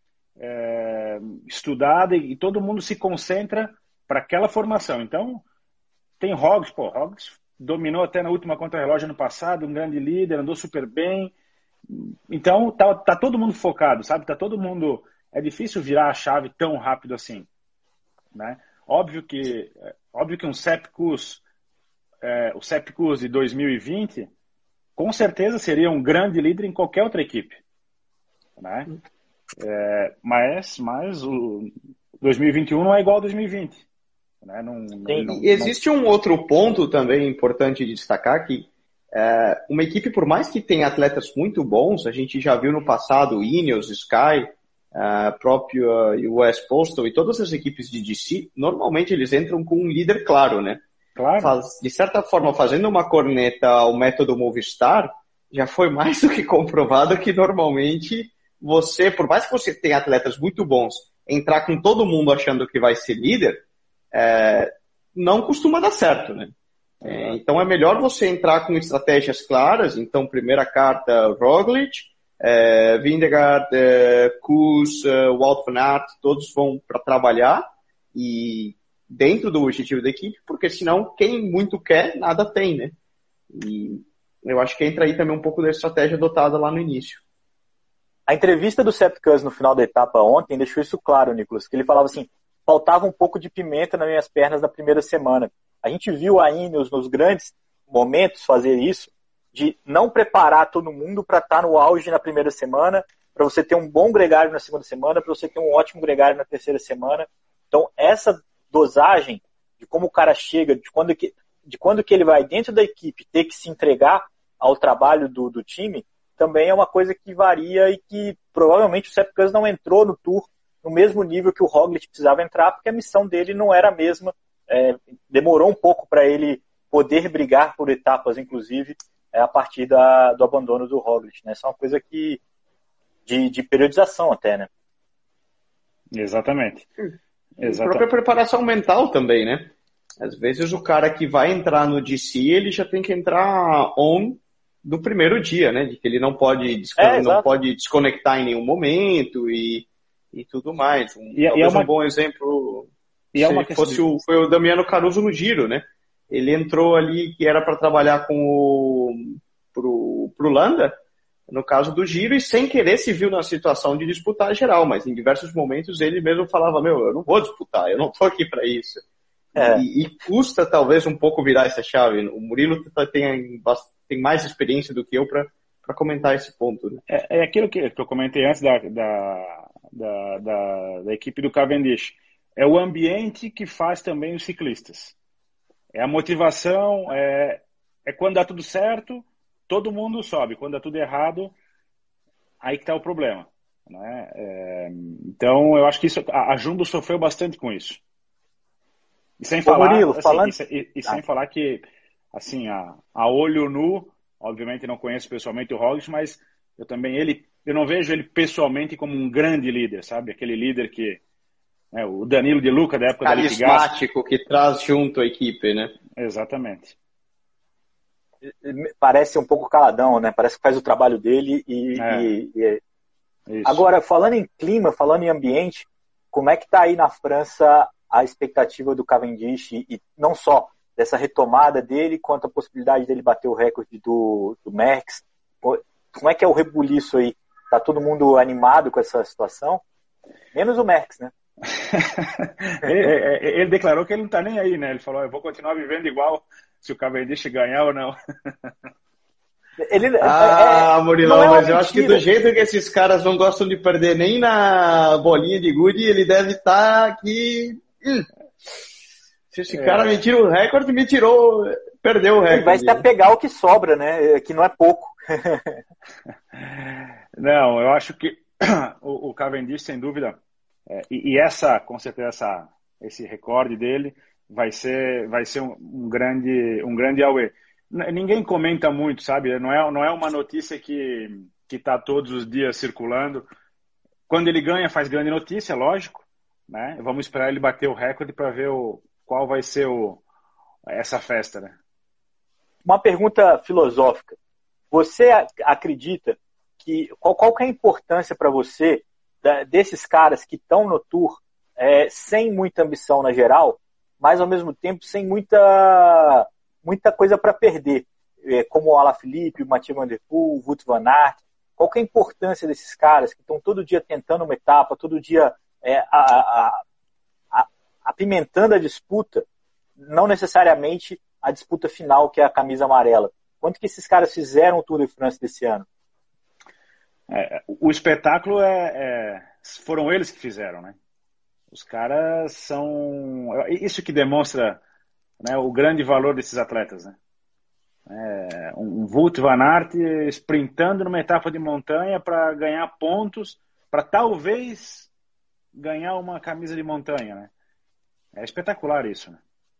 estudada e todo mundo se concentra para aquela formação. Então, tem Roglic dominou até na última contrarrelógio ano passado, um grande líder, andou super bem. Então, tá todo mundo focado, sabe? Tá todo mundo... É difícil virar a chave tão rápido assim, né? Óbvio que um Sepp Kuss, o Sepp Kuss de 2020, com certeza seria um grande líder em qualquer outra equipe, né? Mas o 2021 não é igual ao 2020. Né? Existe um outro ponto também importante de destacar, que uma equipe, por mais que tenha atletas muito bons, a gente já viu no passado Ineos, Sky, próprio US Postal e todas as equipes de GC, normalmente eles entram com um líder claro, né? Claro. De certa forma, fazendo uma corneta ao método Movistar, já foi mais do que comprovado que normalmente você, por mais que você tenha atletas muito bons, entrar com todo mundo achando que vai ser líder, não costuma dar certo, né? Então é melhor você entrar com estratégias claras. Então, primeira carta, Roglic, Vingegaard, Kuss, Wout van Aert, todos vão para trabalhar e dentro do objetivo da equipe, porque senão quem muito quer, nada tem, né? E eu acho que entra aí também um pouco da estratégia adotada lá no início. A entrevista do Sepp Kuss no final da etapa ontem deixou isso claro, Nicolas, que ele falava assim: faltava um pouco de pimenta nas minhas pernas na primeira semana. A gente viu a Ineos nos grandes momentos fazer isso, de não preparar todo mundo para estar no auge na primeira semana, para você ter um bom gregário na segunda semana, para você ter um ótimo gregário na terceira semana. Então, essa dosagem de como o cara chega, de quando que ele vai dentro da equipe ter que se entregar ao trabalho do time, também é uma coisa que varia e que provavelmente o Sepp Kuss não entrou no Tour no mesmo nível que o Roglic precisava entrar, porque a missão dele não era a mesma. Demorou um pouco para ele poder brigar por etapas, inclusive, a partir do abandono do Roglic, né? Isso é uma coisa que de periodização até, né? Exatamente. A própria preparação mental também, né? Às vezes o cara que vai entrar no GC, ele já tem que entrar on do primeiro dia, né? De que ele não pode desconectar em nenhum momento e tudo mais. Talvez um bom exemplo foi o Damiano Caruso no Giro, né? Ele entrou ali que era para trabalhar pro Landa, no caso do Giro, e sem querer se viu na situação de disputar a geral, mas em diversos momentos ele mesmo falava: eu não vou disputar, eu não tô aqui para isso. E custa talvez um pouco virar essa chave. O Murilo tem mais experiência do que eu para comentar esse ponto, né? É aquilo que eu comentei antes da equipe do Cavendish. É o ambiente que faz também os ciclistas. É a motivação, é quando dá tudo certo, todo mundo sobe. Quando dá tudo errado, aí que está o problema, né? Então, eu acho que a Jumbo sofreu bastante com isso. E sem falar, Murilo, sem falar que, assim, a olho nu, obviamente não conheço pessoalmente o Roglic, mas eu não vejo ele pessoalmente como um grande líder, sabe? Aquele líder que... o Danilo de Luca da época da Liquigas. Carismático, que traz junto a equipe, né? Exatamente. Parece um pouco caladão, né? Parece que faz o trabalho dele Agora, falando em clima, falando em ambiente, como é que tá aí na França a expectativa do Cavendish e não só dessa retomada dele, quanto a possibilidade dele bater o recorde do Merckx? Como é que é o rebuliço aí? Tá todo mundo animado com essa situação? Menos o Merckx, né? Ele declarou que ele não tá nem aí, né? Ele falou: eu vou continuar vivendo igual se o Cavendish ganhar ou não. Murilão, mas eu acho que do jeito que esses caras não gostam de perder nem na bolinha de gude, ele deve estar aqui. Se esse cara me tira o recorde, perdeu o recorde. Ele vai se apegar ao que sobra, né? Que não é pouco. Não, eu acho que o Cavendish, sem dúvida, com certeza, esse recorde dele vai ser um grande away. Ninguém comenta muito, sabe? Não é uma notícia que está todos os dias circulando. Quando ele ganha, faz grande notícia, lógico, né? Vamos esperar ele bater o recorde para ver qual vai ser essa festa, né? Uma pergunta filosófica. Você acredita que qual que é a importância para você desses caras que estão no Tour sem muita ambição na geral, mas ao mesmo tempo sem muita coisa para perder, como o Alaphilippe, o Mathieu Van Der Poel, o Wout van Aert? Qual que é a importância desses caras que estão todo dia tentando uma etapa, todo dia apimentando a disputa, não necessariamente a disputa final, que é a camisa amarela? Quanto que esses caras fizeram o Tour de France desse ano? O espetáculo foram eles que fizeram, né? Os caras são... Isso que demonstra, né, o grande valor desses atletas, né? Um Wout van Aert sprintando numa etapa de montanha para ganhar pontos, para talvez ganhar uma camisa de montanha, né? É espetacular isso, né?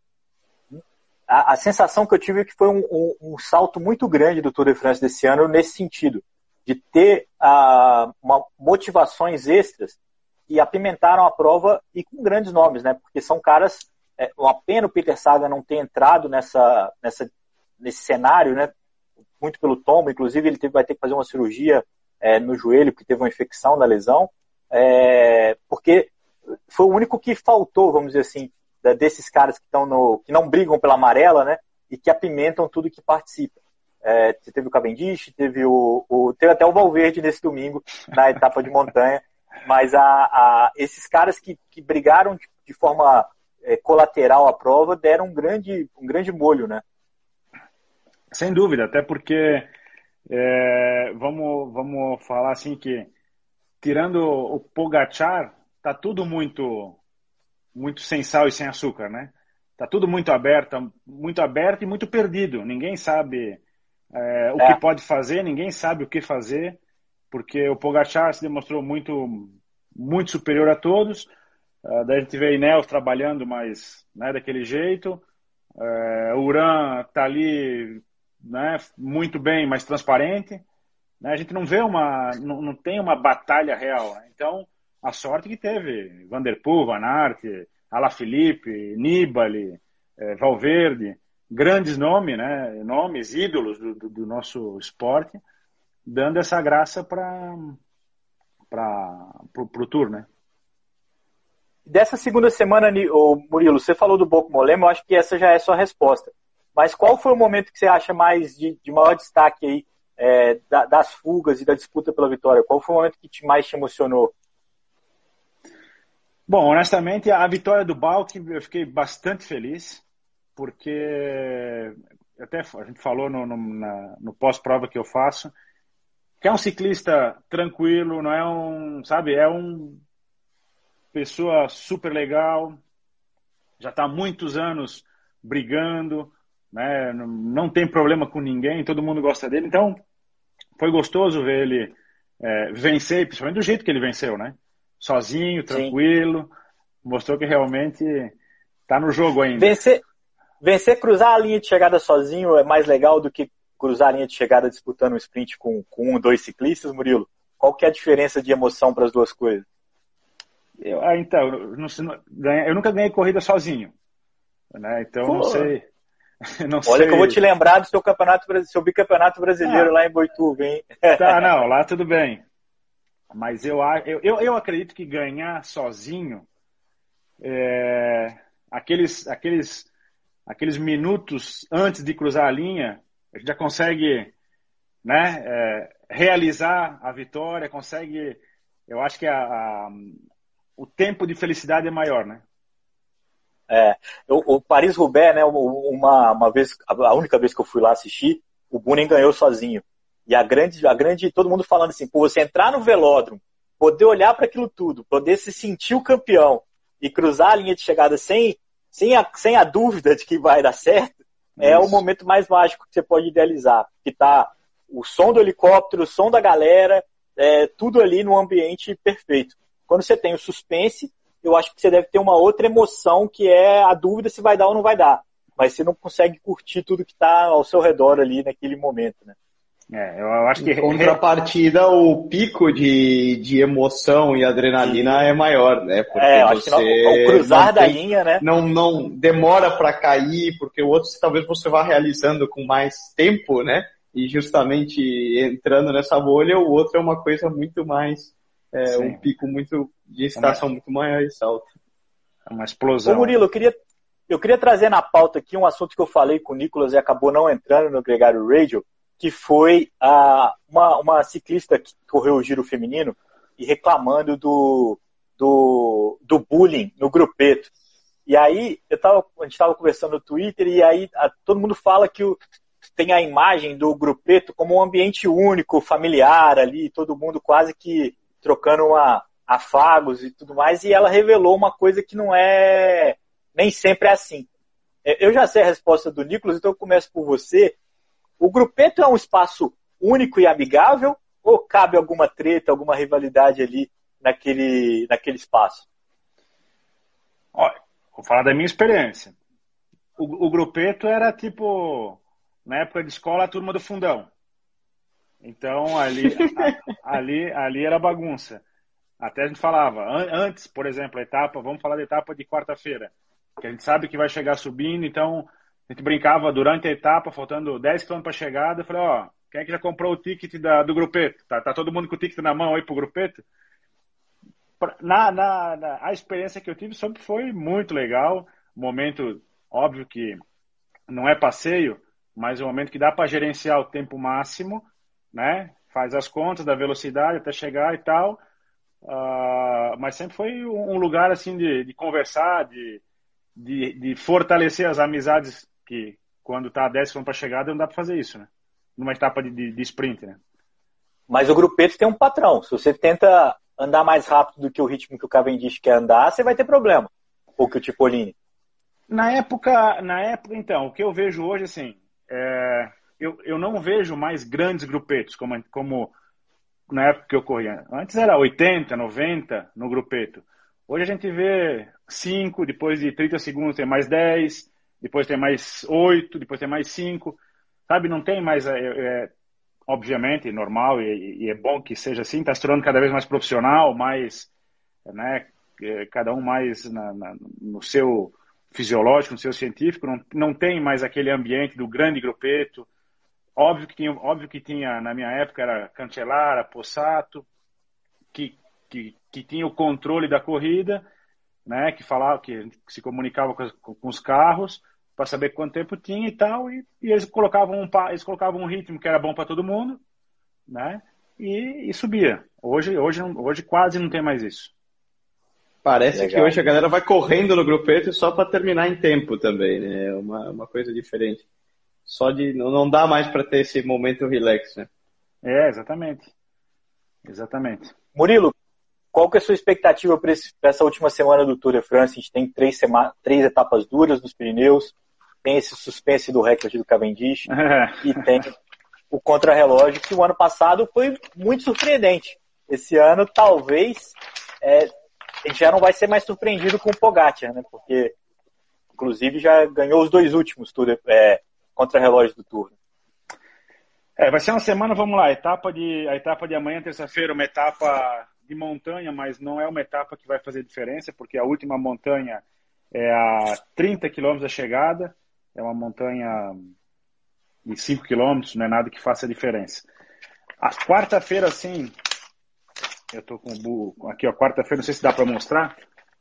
A sensação que eu tive é que foi um salto muito grande do Tour de France desse ano nesse sentido, de ter motivações extras que apimentaram a prova e com grandes nomes, né? Porque são caras... uma pena o Peter Sagan não ter entrado nesse cenário, né? Muito pelo tombo, inclusive ele vai ter que fazer uma cirurgia no joelho, porque teve uma infecção da lesão, porque foi o único que faltou, vamos dizer assim, desses caras que que não brigam pela amarela, né? E que apimentam tudo que participa. Teve o Cavendish, teve até o Valverde nesse domingo na etapa de montanha, mas esses caras que brigaram de forma colateral à prova deram um grande molho, né? Sem dúvida, até porque vamos falar assim que, tirando o Pogačar, tá tudo muito sem sal e sem açúcar, né? Tá tudo muito aberto e muito perdido. Ninguém sabe o que pode fazer, ninguém sabe o que fazer, porque o Pogačar se demonstrou muito, muito superior a todos. Daí a gente vê Ineos trabalhando, mas né, daquele jeito. O Uran tá ali, né, muito bem, mas transparente. Né? A gente não vê não tem uma batalha real. Né? Então, a sorte que teve Van Der Poel, Van Aert, Alaphilippe, Nibali, Valverde, grandes nomes, né? Nomes, ídolos do nosso esporte, dando essa graça para o Tour, né? Dessa segunda semana, Murilo, você falou do Bauke Mollema, eu acho que essa já é a sua resposta. Mas qual foi o momento que você acha mais de maior destaque aí, das fugas e da disputa pela vitória? Qual foi o momento que mais te emocionou? Bom, honestamente, a vitória do Bauke eu fiquei bastante feliz, porque até a gente falou no pós-prova que eu faço, que é um ciclista tranquilo, não é pessoa super legal, já está há muitos anos brigando, né? Não tem problema com ninguém, todo mundo gosta dele, então foi gostoso ver ele vencer, principalmente do jeito que ele venceu, né? Sozinho, tranquilo. Sim. Mostrou que realmente está no jogo ainda. Cruzar a linha de chegada sozinho é mais legal do que cruzar a linha de chegada disputando um sprint com um ou dois ciclistas, Murilo? Qual que é a diferença de emoção para as duas coisas? Eu nunca ganhei corrida sozinho, né? Então não sei. Olha que eu vou te lembrar do seu bicampeonato brasileiro lá em Boituva, hein? Tá, não, lá tudo bem. Mas eu acredito que ganhar sozinho, aqueles minutos antes de cruzar a linha, a gente já consegue, né, realizar a vitória, consegue. Eu acho que o tempo de felicidade é maior, né? O Paris-Roubaix, né, uma vez, a única vez que eu fui lá assistir, o Boonen ganhou sozinho. E a grande, todo mundo falando assim, você entrar no velódromo, poder olhar para aquilo tudo, poder se sentir o campeão e cruzar a linha de chegada sem sem a dúvida de que vai dar certo, é o momento mais mágico que você pode idealizar. Que tá o som do helicóptero, o som da galera, tudo ali no ambiente perfeito. Quando você tem o suspense, eu acho que você deve ter uma outra emoção, que é a dúvida se vai dar ou não vai dar. Mas você não consegue curtir tudo que está ao seu redor ali naquele momento, né? Eu acho que... Em contrapartida, o pico de emoção e adrenalina é maior, né? Porque eu acho que o cruzar da linha, né? Não demora para cair, porque o outro talvez você vá realizando com mais tempo, né? E justamente entrando nessa bolha, o outro é uma coisa muito mais... um pico de excitação muito maior e salto. É uma explosão. Ô Murilo, eu queria trazer na pauta aqui um assunto que eu falei com o Nicolas e acabou não entrando no Gregário Radio, que foi uma ciclista que correu o giro feminino e reclamando do bullying no grupeto. E aí, a gente estava conversando no Twitter, e aí todo mundo fala que tem a imagem do grupeto como um ambiente único, familiar ali, todo mundo quase que trocando afagos e tudo mais, e ela revelou uma coisa que nem sempre é assim. Eu já sei a resposta do Nicolas, então eu começo por você. O grupeto é um espaço único e amigável, ou cabe alguma treta, alguma rivalidade ali naquele espaço? Olha, vou falar da minha experiência. O grupeto era tipo, na época de escola, a turma do fundão. Então, ali era bagunça. Até a gente falava, antes, por exemplo, vamos falar da etapa de quarta-feira, que a gente sabe que vai chegar subindo, então a gente brincava durante a etapa, faltando 10 km para a chegada, eu falei, quem é que já comprou o ticket do grupeto? Tá todo mundo com o ticket na mão aí pro grupeto? A experiência que eu tive sempre foi muito legal, momento, óbvio que não é passeio, mas é um momento que dá para gerenciar o tempo máximo, né? Faz as contas da velocidade até chegar e tal, mas sempre foi um lugar assim de conversar, de fortalecer as amizades, que quando tá a 10 km para chegada não dá para fazer isso, né? Numa etapa de sprint, né? Mas o grupeto tem um patrão. Se você tenta andar mais rápido do que o ritmo que o Cavendish quer andar, você vai ter problema. Ou que o Cipollini. Na época, então, o que eu vejo hoje, assim, eu não vejo mais grandes grupetos, como na época que eu corria. Antes era 80, 90 no grupeto. Hoje a gente vê 5, depois de 30 segundos tem mais 10, depois tem mais 8, depois tem mais 5. Sabe, não tem mais, obviamente, normal, e é bom que seja assim, está se tornando cada vez mais profissional, mais, né, cada um mais no seu fisiológico, no seu científico, não tem mais aquele ambiente do grande grupeto. Óbvio que tinha, na minha época, era Cancellara, Possato, que tinha o controle da corrida, né, que se comunicava com os carros para saber quanto tempo tinha e tal, e eles colocavam um ritmo que era bom para todo mundo, né, e subia. Hoje quase não tem mais isso. Parece que hoje a galera vai correndo no grupeto só para terminar em tempo também, né? É uma coisa diferente. Só não dá mais para ter esse momento relax, né? Exatamente. Murilo, qual que é a sua expectativa para essa última semana do Tour de France? A gente tem 3 etapas duras nos Pirineus, tem esse suspense do recorde do Cavendish e tem o contrarrelógio, que o ano passado foi muito surpreendente. Esse ano, talvez, a gente já não vai ser mais surpreendido com o Pogacar, né? Porque, inclusive, já ganhou os 2 últimos contrarrelógios do Tour. Vai ser uma semana, vamos lá, a etapa de amanhã, terça-feira, uma etapa de montanha, mas não é uma etapa que vai fazer diferença, porque a última montanha é a 30 km da chegada, é uma montanha de 5 km, não é nada que faça diferença. A quarta-feira, sim, eu tô com o aqui, ó, quarta-feira, não sei se dá para mostrar,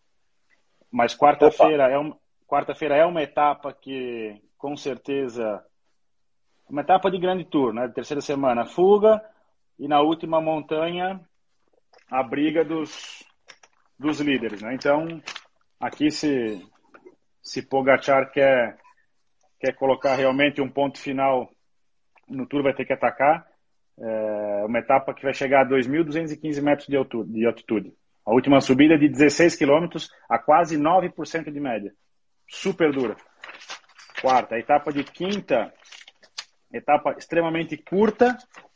mas quarta-feira é uma etapa que, com certeza, uma etapa de grande tour, né? Terceira semana, fuga, e na última montanha, a briga dos líderes, né? Então, aqui se Pogacar quer colocar realmente um ponto final no Tour, vai ter que atacar. Uma etapa que vai chegar a 2.215 metros de altitude. A última subida é de 16 km a quase 9% de média. super dura. Quarta, a etapa de quinta, etapa extremamente curta,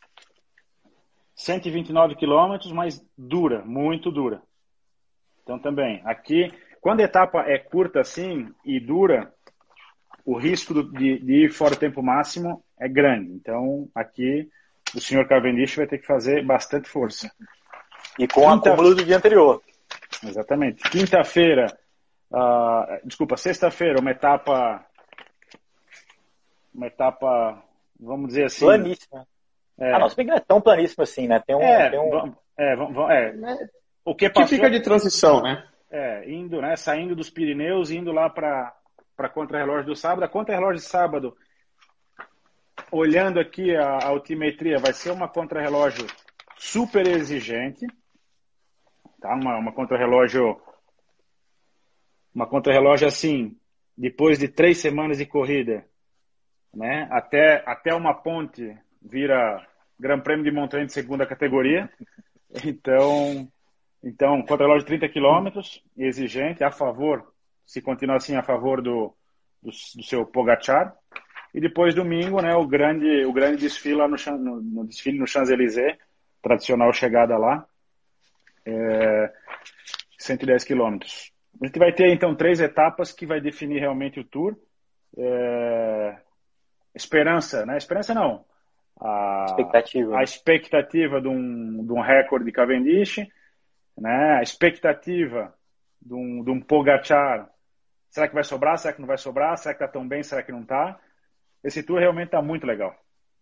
129 quilômetros, mas dura, muito dura. Então também, aqui, quando a etapa é curta assim e dura, o risco de ir fora do tempo máximo é grande. Então, aqui, o senhor Cavendish vai ter que fazer bastante força. E com o acúmulo do dia anterior. Exatamente. Sexta-feira, uma etapa, vamos dizer assim... Planíssima. Não, se bem que não é tão planíssimo assim, né? O que passou, fica de transição, né? Indo, né? Saindo dos Pirineus, indo lá para contra-relógio do sábado. A contra-relógio de sábado, olhando aqui a altimetria, vai ser uma contra-relógio super exigente, tá? Uma contra-relógio assim, depois de 3 semanas de corrida, né? Até uma ponte vira Gran Prêmio de montanha de segunda categoria. Então contra-relógio 30 quilômetros, exigente, a favor, se continuar assim, a favor do seu Pogacar. E depois, domingo, né, o grande desfile lá no desfile no Champs-Élysées, tradicional chegada lá, 110 quilômetros. A gente vai ter, então, 3 etapas que vai definir realmente o Tour. Esperança, né? Esperança não. A expectativa de um recorde de Cavendish, né? A expectativa de um Pogacar. Será que vai sobrar? Será que não vai sobrar? Será que está tão bem? Será que não está? Esse Tour realmente está muito legal.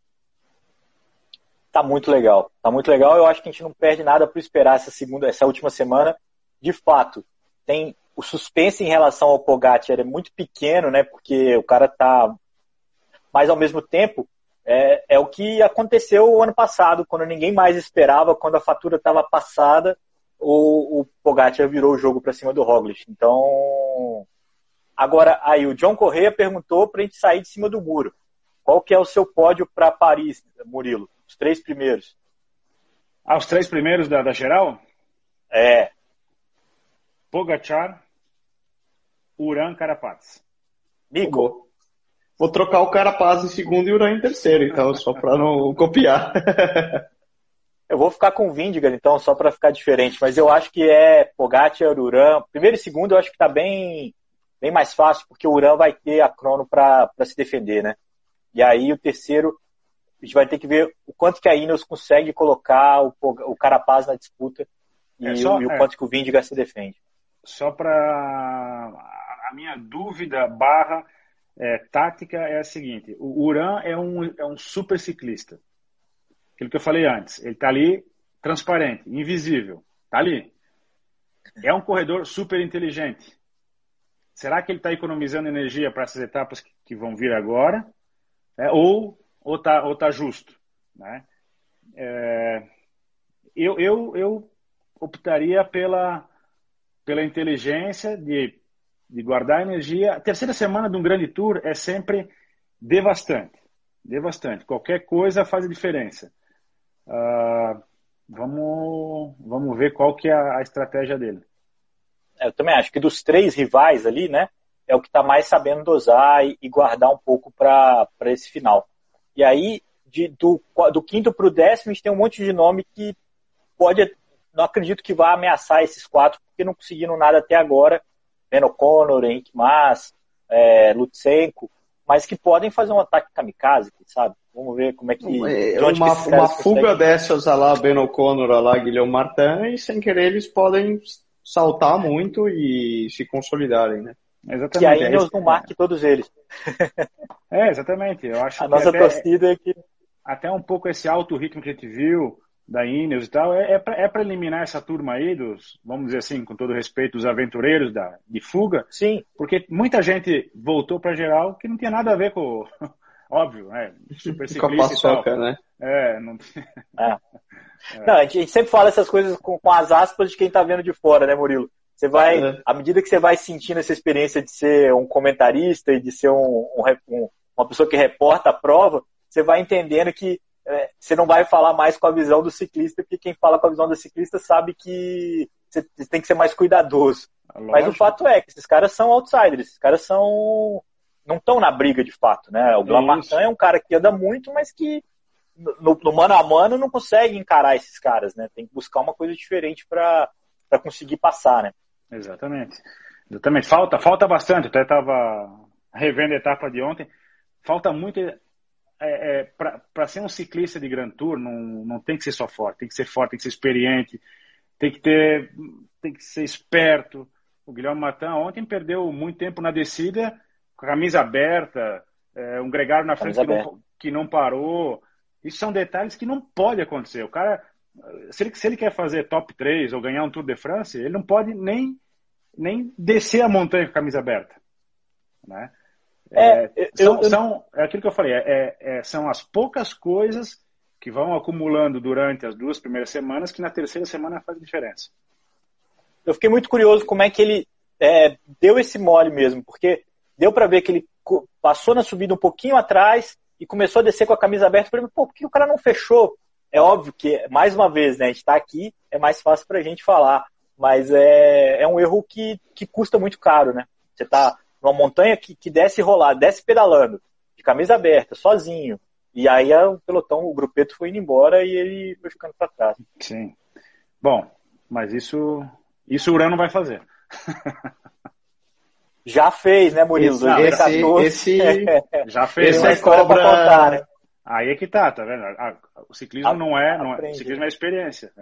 Tá muito legal. Tá muito legal. Eu acho que a gente não perde nada por esperar essa última semana. De fato, tem o suspense em relação ao Pogacar é muito pequeno, né? Porque o cara tá... Mas, ao mesmo tempo, é o que aconteceu o ano passado, quando ninguém mais esperava, quando a fatura estava passada, o Pogacar virou o jogo para cima do Roglic. Então... Agora, aí o John Correia perguntou para a gente sair de cima do muro. Qual que é o seu pódio para Paris, Murilo? Os 3 primeiros. Os 3 primeiros da geral? Pogacar, Uran, Carapaz. Nico? Vou trocar o Carapaz em segundo e o Uran em terceiro, então, só para não copiar. Eu vou ficar com o Vingegaard, então, só para ficar diferente. Mas eu acho que é Pogacar, Uran. Primeiro e segundo eu acho que está bem mais fácil, porque o Uran vai ter a crono para se defender, né? E aí o terceiro, a gente vai ter que ver o quanto que a Ineos consegue colocar o Carapaz na disputa e o quanto que o Vingegaard se defende. Só para... A minha dúvida tática é a seguinte: o Uran é um super ciclista. Aquilo que eu falei antes, ele está ali transparente, invisível, está ali. É um corredor super inteligente. Será que ele está economizando energia para essas etapas que vão vir agora? Ou tá justo? Né? Eu optaria pela inteligência de guardar energia. A terceira semana de um grande tour é sempre devastante. Devastante. Qualquer coisa faz a diferença. Vamos ver qual que é a estratégia dele. Eu também acho que dos 3 rivais ali, né, é o que está mais sabendo dosar e guardar um pouco para esse final. E aí, do 5º para o 10º, a gente tem um monte de nome que não acredito que vá ameaçar esses 4, porque não conseguiram nada até agora. Ben O'Connor, Henrique Mas, Lutsenko, mas que podem fazer um ataque kamikaze, sabe? Vamos ver como é que... Uma fuga dessas, lá Ben O'Connor, lá Guilherme Martin, e sem querer eles podem saltar muito e se consolidarem, né? Exatamente. Que a Ineos não marque todos eles. Exatamente. Eu acho a nossa torcida é que... Até um pouco esse alto ritmo que a gente viu da Ineos e tal, é para eliminar essa turma aí vamos dizer assim, com todo respeito, dos aventureiros de fuga. Sim. Porque muita gente voltou para geral que não tinha nada a ver com... Óbvio, né? Super ciclista com a paçoca, e tal. Né? Não, a gente sempre fala essas coisas com as aspas de quem tá vendo de fora, né, Murilo? Você vai, à medida que você vai sentindo essa experiência de ser um comentarista e de ser uma pessoa que reporta a prova, você vai entendendo que você não vai falar mais com a visão do ciclista, porque quem fala com a visão do ciclista sabe que você tem que ser mais cuidadoso. Mas o fato é que esses caras são outsiders, esses caras não estão na briga de fato, né? O Guilherme Martin é um cara que anda muito, mas que no mano a mano não consegue encarar esses caras, né? Tem que buscar uma coisa diferente para conseguir passar, né? Exatamente. Falta bastante. Eu até estava revendo a etapa de ontem. Falta muito. Para ser um ciclista de Grand Tour, não tem que ser só forte. Tem que ser forte, tem que ser experiente, tem que ser esperto. O Guilherme Martin ontem perdeu muito tempo na descida, com a camisa aberta, um gregário na frente que não parou. Isso são detalhes que não pode acontecer. O cara, se ele quer fazer top 3 ou ganhar um Tour de France, ele não pode nem descer a montanha com a camisa aberta, né? É aquilo que eu falei, são as poucas coisas que vão acumulando durante as 2 primeiras semanas que na terceira semana faz diferença. Eu fiquei muito curioso como é que ele deu esse mole mesmo, porque deu para ver que ele passou na subida um pouquinho atrás e começou a descer com a camisa aberta. Eu falei, por que o cara não fechou? É óbvio que, mais uma vez, né, a gente está aqui, é mais fácil para a gente falar, mas é um erro que custa muito caro, né? Você está numa montanha que desce rolado, desce pedalando, de camisa aberta, sozinho, e aí o pelotão, o grupeto foi indo embora e ele foi ficando para trás. Sim. Bom, mas isso o Urano vai fazer. Já fez, né, Murilo? 2014. Já fez. Esse é cobra pra contar, né? Aí é que tá vendo? O ciclismo não é. O ciclismo é experiência.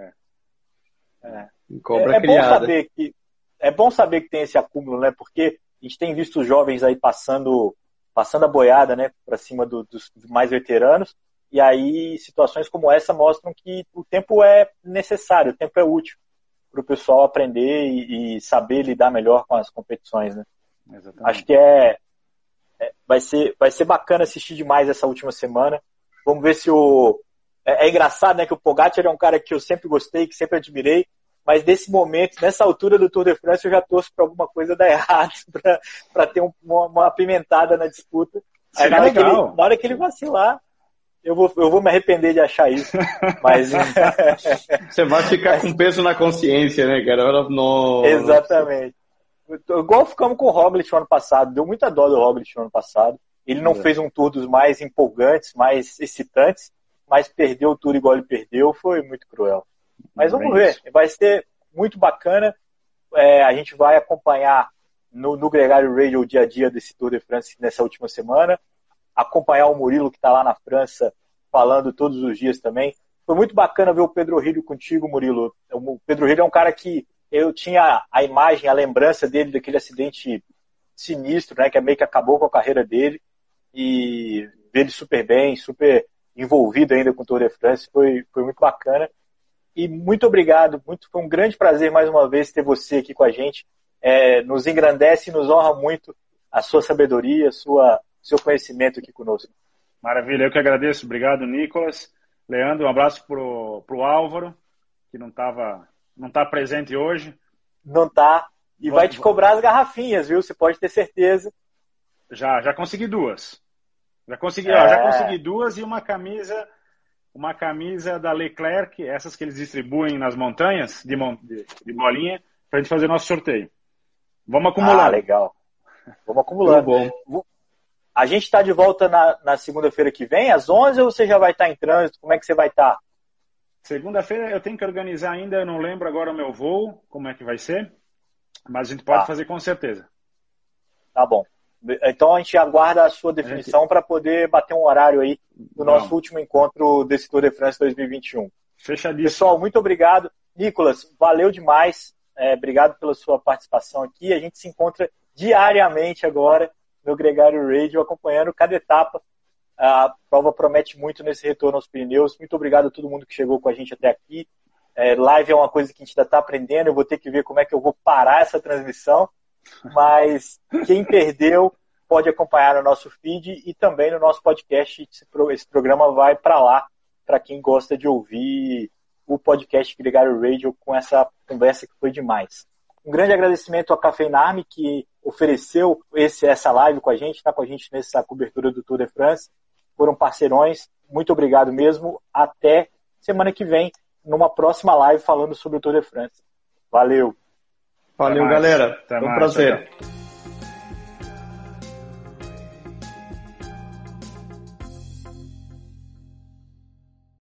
Cobra criada. É bom saber que tem esse acúmulo, né? Porque a gente tem visto os jovens aí passando a boiada, né, para cima dos mais veteranos. E aí situações como essa mostram que o tempo é necessário, o tempo é útil para o pessoal aprender e saber lidar melhor com as competições, né? Exatamente. Acho que vai ser bacana assistir demais essa última semana. Vamos ver se é engraçado, né, que o Pogacar é um cara que eu sempre gostei, que sempre admirei, mas nesse momento, nessa altura do Tour de France, eu já torço para alguma coisa dar errado, para ter uma apimentada na disputa. Aí, na hora que ele vacilar, eu vou me arrepender de achar isso. Mas você vai ficar com peso na consciência, né, cara? Exatamente. Igual ficamos com o Roglic no ano passado. Deu muita dó do Roglic no ano passado. Ele não fez um Tour dos mais empolgantes, mais excitantes, mas perdeu o Tour igual ele perdeu. Foi muito cruel. Mas vamos ver. Vai ser muito bacana. A gente vai acompanhar no Gregário Radio o dia a dia desse Tour de France nessa última semana. Acompanhar o Murilo, que está lá na França, falando todos os dias também. Foi muito bacana ver o Pedro Rilho contigo, Murilo. O Pedro Rilho é um cara que eu tinha a imagem, a lembrança dele daquele acidente sinistro, né, que meio que acabou com a carreira dele, e ver ele super bem, super envolvido ainda com o Tour de France, foi muito bacana. E muito obrigado, foi um grande prazer mais uma vez ter você aqui com a gente. Nos engrandece e nos honra muito a sua sabedoria, seu conhecimento aqui conosco. Maravilha, eu que agradeço. Obrigado, Nicolas. Leandro, um abraço pro Álvaro, que não tá presente hoje. Não tá. E vai te cobrar as garrafinhas, viu? Você pode ter certeza. Já consegui 2. Já consegui 2 e uma camisa da Leclerc, essas que eles distribuem nas montanhas, de bolinha, pra gente fazer nosso sorteio. Vamos acumular. Legal. Vamos acumulando. Bom. A gente está de volta na segunda-feira que vem, às 11, ou você já vai estar em trânsito? Como é que você vai estar? Segunda-feira eu tenho que organizar ainda, eu não lembro agora o meu voo, como é que vai ser, mas a gente pode fazer com certeza. Tá bom. Então a gente aguarda a sua definição para poder bater um horário aí do nosso último encontro desse Tour de France 2021. Fechadíssimo. Pessoal, muito obrigado. Nicolas, valeu demais. Obrigado pela sua participação aqui. A gente se encontra diariamente agora no Gregário Radio, acompanhando cada etapa. A prova promete muito nesse retorno aos Pirineus. Muito obrigado a todo mundo que chegou com a gente até aqui. Live é uma coisa que a gente ainda está aprendendo. Eu vou ter que ver como é que eu vou parar essa transmissão. Mas quem perdeu pode acompanhar no nosso feed e também no nosso podcast. Esse programa vai para lá, para quem gosta de ouvir o podcast Gregário Radio com essa conversa que foi demais. Um grande agradecimento à Cafeinarme, que ofereceu essa live com a gente, está com a gente nessa cobertura do Tour de France. Foram parceirões. Muito obrigado mesmo. Até semana que vem, numa próxima live falando sobre o Tour de France. Valeu! Valeu, galera. Foi um prazer. Tchau.